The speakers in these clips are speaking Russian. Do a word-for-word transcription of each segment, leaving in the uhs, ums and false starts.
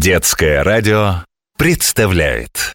Детское радио представляет.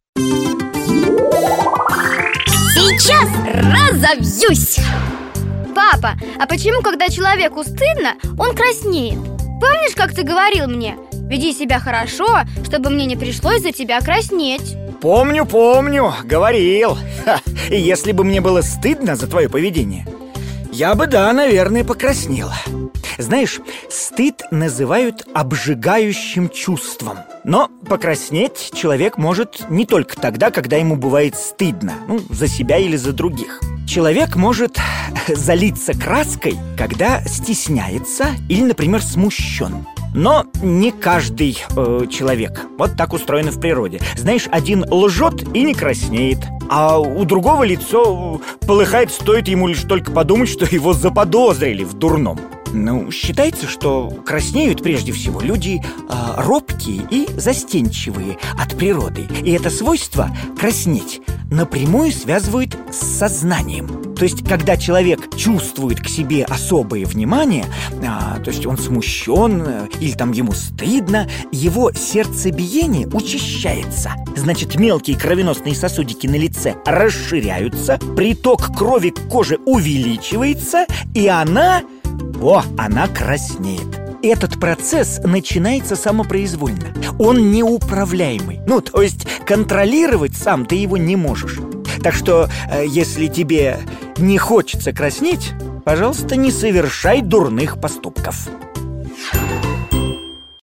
Сейчас разобьюсь! Папа, а почему, когда человеку стыдно, он краснеет? Помнишь, как ты говорил мне? Веди себя хорошо, чтобы мне не пришлось за тебя краснеть. Помню, помню, говорил. Ха, и если бы мне было стыдно за твое поведение, я бы, да, наверное, покраснела. Знаешь, стыд называют обжигающим чувством. Но покраснеть человек может не только тогда, когда ему бывает стыдно, ну, за себя или за других. Человек может залиться краской, когда стесняется или, например, смущен. Но не каждый э, человек. Вот так устроено в природе. Знаешь, один лжет и не краснеет, а у другого лицо полыхает, стоит ему лишь только подумать, что его заподозрили в дурном. Ну, считается, что краснеют прежде всего люди э, робкие и застенчивые от природы. И это свойство, краснеть, напрямую связывают с сознанием. То есть, когда человек чувствует к себе особое внимание, э, то есть он смущен э, или там ему стыдно, его сердцебиение учащается. Значит, мелкие кровеносные сосудики на лице расширяются, приток крови к коже увеличивается, и она... О, она краснеет. Этот процесс начинается самопроизвольно. Он неуправляемый. Ну, то есть контролировать сам ты его не можешь. Так что, э, если тебе не хочется краснеть, пожалуйста, не совершай дурных поступков.